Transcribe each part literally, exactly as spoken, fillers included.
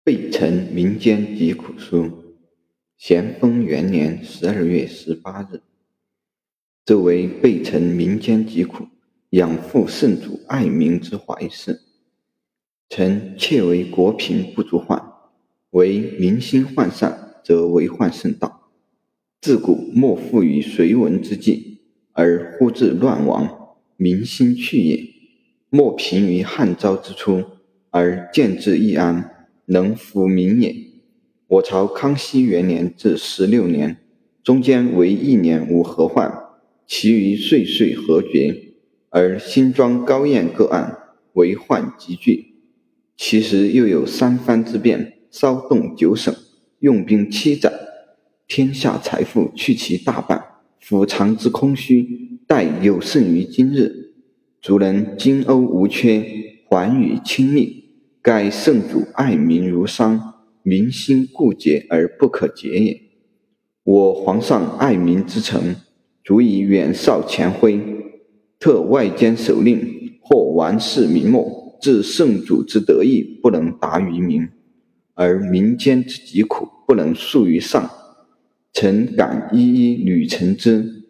备陈民间疾苦书，咸丰元年十二月十八日。这为备陈民间疾苦，养父圣主爱民之怀事。臣窃为国贫不足患，为民心涣散，则为患圣道。自古莫复于隋文之际，而忽至乱亡，民心去也；莫贫于汉昭之初，而见至易安，能抚民也。我朝康熙元年至十六年，中间为一年无何患，其余岁岁何绝，而新庄高宴各案为患急剧。其时又有三藩之变，骚动九省，用兵七载，天下财富去其大半，府藏之空虚，殆有甚于今日。族人金瓯无缺，寰宇亲密，盖圣主爱民如商，民心固结而不可解也。我皇上爱民之诚，足以远绍前晖，特外间守令，或玩世明末，致圣主之德义不能达于民，而民间之疾苦不能述于上，臣敢一一履陈之。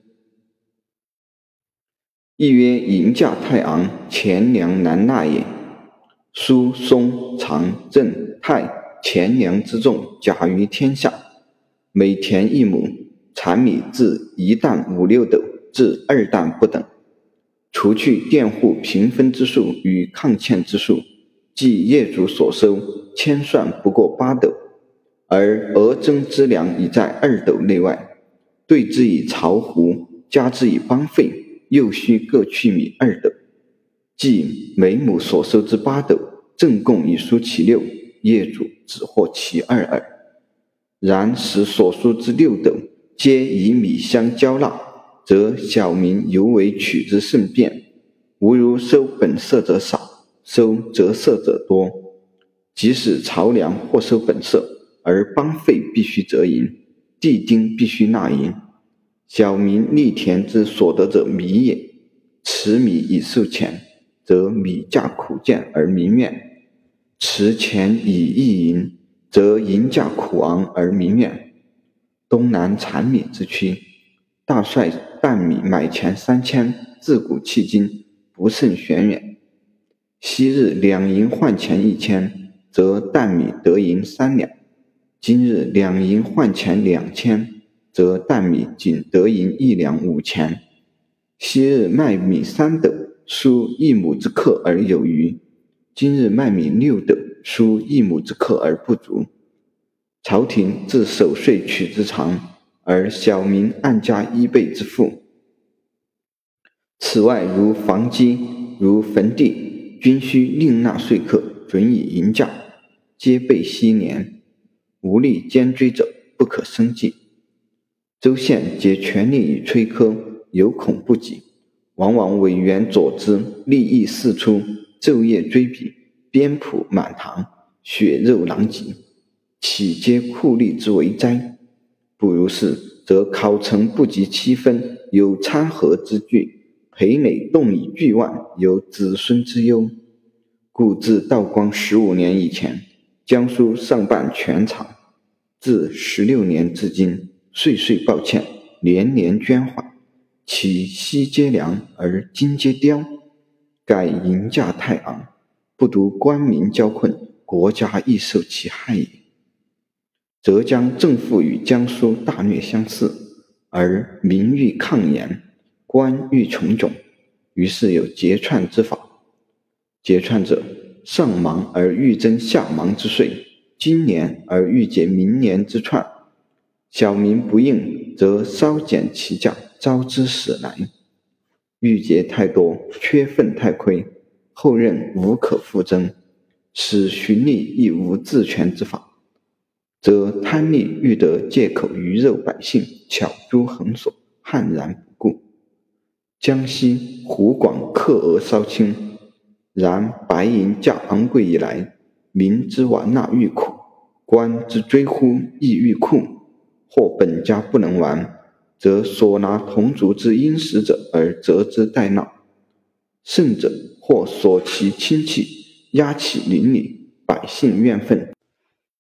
亦曰银价太昂，钱粮难纳也。苏、松、常、郑、泰、钱粮之众甲于天下，每田一亩，产米自一担五六斗至二担不等。除去佃户平分之数与抗欠之数，即业主所收，千算不过八斗，而俄征之粮已在二斗内外。对之以巢胡，加之以帮费，又须各去米二斗，即每亩所收之八斗，正贡已输其六，业主只获其二耳。然使所输之六斗，皆以米相交纳，则小民犹为取之甚便，无如收本色者少，收折色者多。即使漕粮或收本色，而帮费必须折银，地丁必须纳银。小民力田之所得者米也，持米以受钱，则米价苦贱而民怨；持钱以易银，则银价苦昂而民怨。东南产米之区，大帅担米买钱三千，自古迄今不甚玄远。昔日两银换钱一千，则担米得银三两；今日两银换钱两千，则担米仅得银一两五钱。昔日卖米三斗，输一亩之克而有余；今日卖米六斗，输一亩之克而不足。朝廷自守税取之长，而小民按加一倍之富。此外如房基，如坟地，均须另纳税课，准以银价，皆备昔年，无力兼追者，不可生计。州县皆全力以催科，有恐不及，往往委员佐之，利益四出，昼夜追比，鞭仆满堂，血肉狼藉，岂皆酷吏之为哉？不如是，则考成不及七分，有参合之惧，培累动以巨万，有子孙之忧。故自道光十五年以前，江苏上办全场，自十六年至今，岁岁抱歉，年年捐缓，其昔皆粮而今皆刁，盖银价太昂，不独官民交困，国家亦受其害也。浙江正负与江苏大略相似，而民欲抗严，官欲从窘，于是有结串之法。结串者，上忙而欲征下忙之税，今年而欲解明年之串。小民不应，则稍减其价，招之使来。欲节太多，缺份太亏，后任无可复征，使循吏亦无自权之法，则贪吏欲得借口鱼肉百姓，巧诛横索，悍然不顾。江西、湖广克额稍轻，然白银价昂贵以来，民之完纳愈苦，官之追呼亦愈酷，或本家不能完，则所拿同族之殷实者而责之代纳，甚者或所其亲戚，压其邻里，百姓怨愤，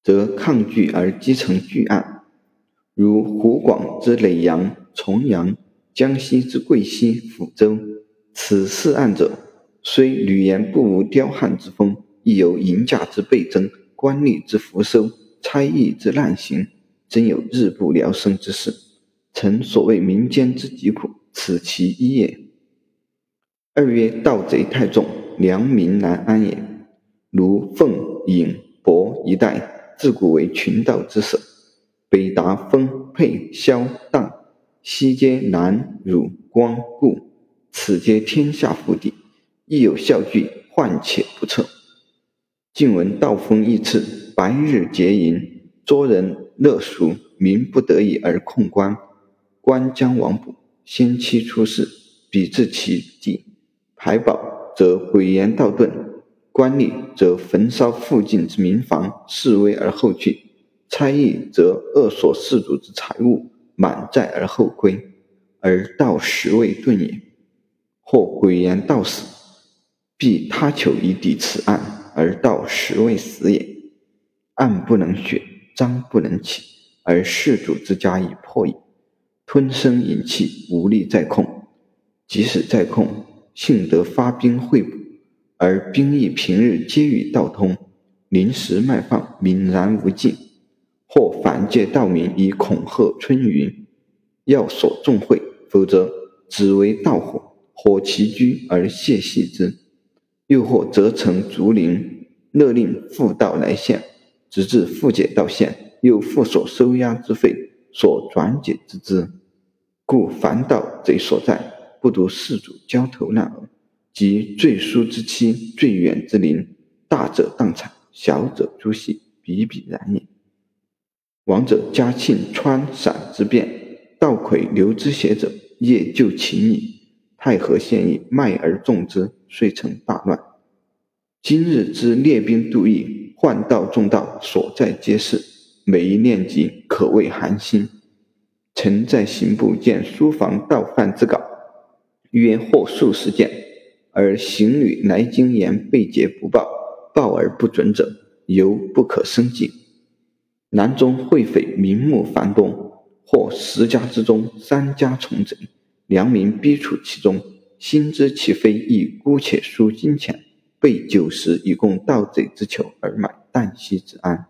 则抗拒而积成巨案，如湖广之耒阳、重阳，江西之贵溪、抚州。此四案者，虽屡言不无刁悍之风，亦有银价之倍增，官吏之浮收，差役之滥行，真有日不聊生之势。臣所谓民间之疾苦，此其一也。二曰盗贼太重，良民难安也。如凤、颍、亳一带，自古为群盗之首，北达丰、沛、萧、砀，西接南、汝、光、固，此皆天下腹地，亦有效据，患且不测。近闻盗风易炽，白日劫营，捉人勒赎，民不得已而控官，官将亡捕，先期出事，彼至其地，排保则诡言道遁，官吏则焚烧附近之民房，示威而后去，差役则扼索士主之财物，满载而后归，而盗实未遁也。或诡言盗死，必他求以抵此案，而盗实未死也。案不能雪，章不能起，而事主之家已破矣，吞声饮气，无力再控。即使再控，幸得发兵会捕，而兵役平日皆与盗通，临时卖放，泯然无忌。或反借盗民以恐吓春耘，要所重贿，否则只为盗火，火其居而泄系之。又或责成竹林，勒令复盗来县，直至复解到县，又复所收押之费，所转解之资。故凡盗贼所在，不独事主焦头烂额，即最疏之妻，最远之邻，大者当产，小者诛系，比比然也。王者嘉庆川陕之变，盗魁刘之邪者，业就秦矣。太和县邑卖而众之，遂成大乱。今日之列兵度役，患盗重盗，所在皆是，每一念及，可谓寒心。臣在刑部见书房盗犯之稿，约或数十件，而刑旅来京言被劫不报，报而不准者，犹不可生计。南中会匪名目繁多，或十家之中三家从贼，良民逼处其中，心知其非，亦姑且输金钱，备酒食以供盗贼之囚而买旦夕之安。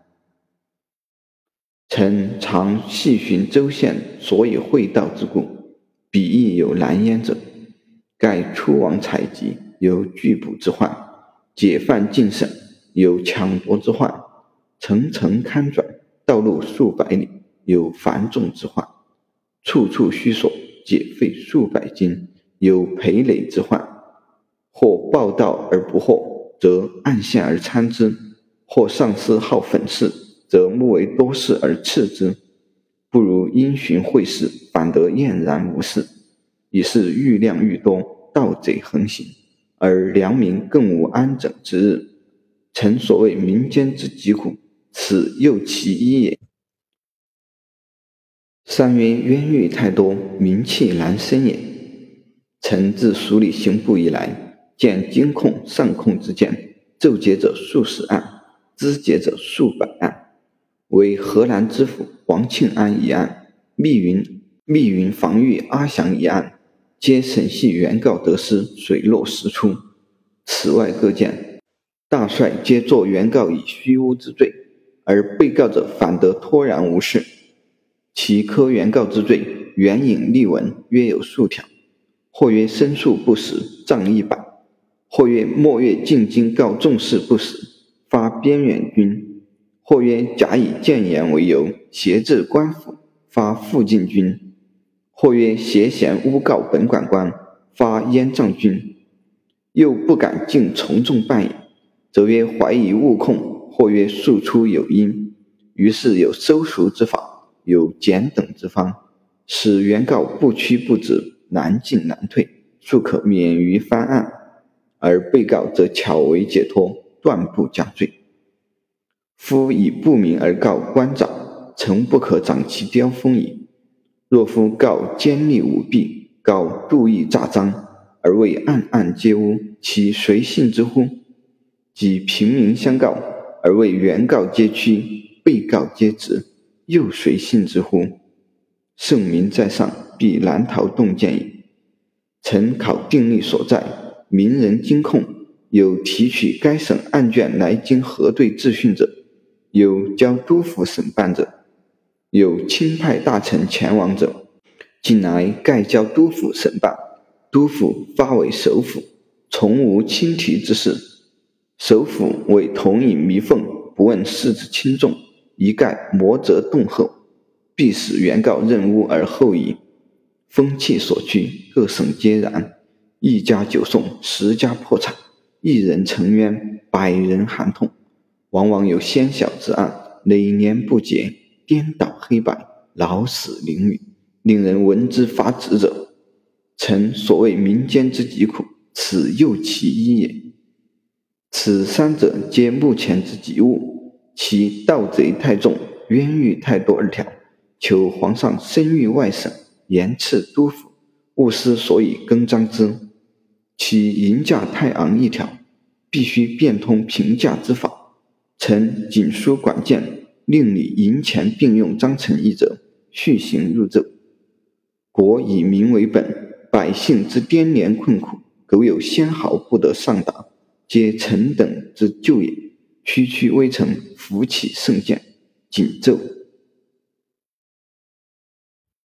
臣常细寻州县所以会盗之故，彼亦有拦焉者，盖出往采集，有拒捕之患；解犯进审，有抢夺之患；层层勘转，道路数百里，有繁重之患；处处虚索，解费数百金，有赔累之患；或报道而不获，则暗陷而参之；或上司好粉饰，则目为多事而斥之。不如因循会事，反得晏然无事，以是愈量愈多，盗贼横行，而良民更无安整之日。臣所谓民间之疾苦，此又其一也。三曰冤狱太多，民气难伸也。臣自署理刑部以来，见京控、上控之间，奏结者数十案，肢解者数百案。为河南知府黄庆安一案，密云密云防御阿祥一案，皆审系原告得失，水落石出。此外各件，大帅皆作原告以虚诬之罪，而被告者反得脱然无事。其科原告之罪，援引例文约有数条，或曰申诉不实，杖一百；或曰末月进京告重事不实，发边远军；或曰假以谏言为由，挟制官府，发附近军；或曰挟嫌诬告本管官，发燕瘴军。又不敢尽从重办也，则曰怀疑误控，或曰诉出有因。于是有收赎之法，有减等之方，使原告不屈不直，难进难退，庶可免于翻案，而被告则巧为解脱，断不加罪。夫以不明而告官长，诚不可长其雕风矣。若夫告奸佞舞弊，告故意诈赃，而为案案皆诬，其谁信之乎？即平民相告，而为原告皆屈，被被告皆直，又谁信之乎？圣明在上，必难逃洞见矣。臣考定例所在，民人惊控，有提取该省案卷来经核对质讯者，有交督府审办者，有钦派大臣前往者，近来盖交督府审办，督府发为首府，从无轻提之事。首府为同饮弥缝，不问事之轻重，一概磨折动后，必使原告认污而后已。风气所趋，各省皆然，一家九送，十家破产，一人沉冤，百人寒痛。往往有先晓之案，累年不结，颠倒黑白，老死淋雨，令人闻之发指者。臣所谓民间之疾苦，此又其一也。此三者皆目前之急务，其盗贼太重，冤狱太多二条，求皇上深谕外省，严斥督府，勿失所以更张之。其银价太昂一条，必须变通平价之法。臣谨书管谏，令你银钱并用章程一则，续行入奏。国以民为本，百姓之颠连困苦，苟有先毫不得上达，皆臣等之咎也。区区微臣扶起圣鉴，谨奏。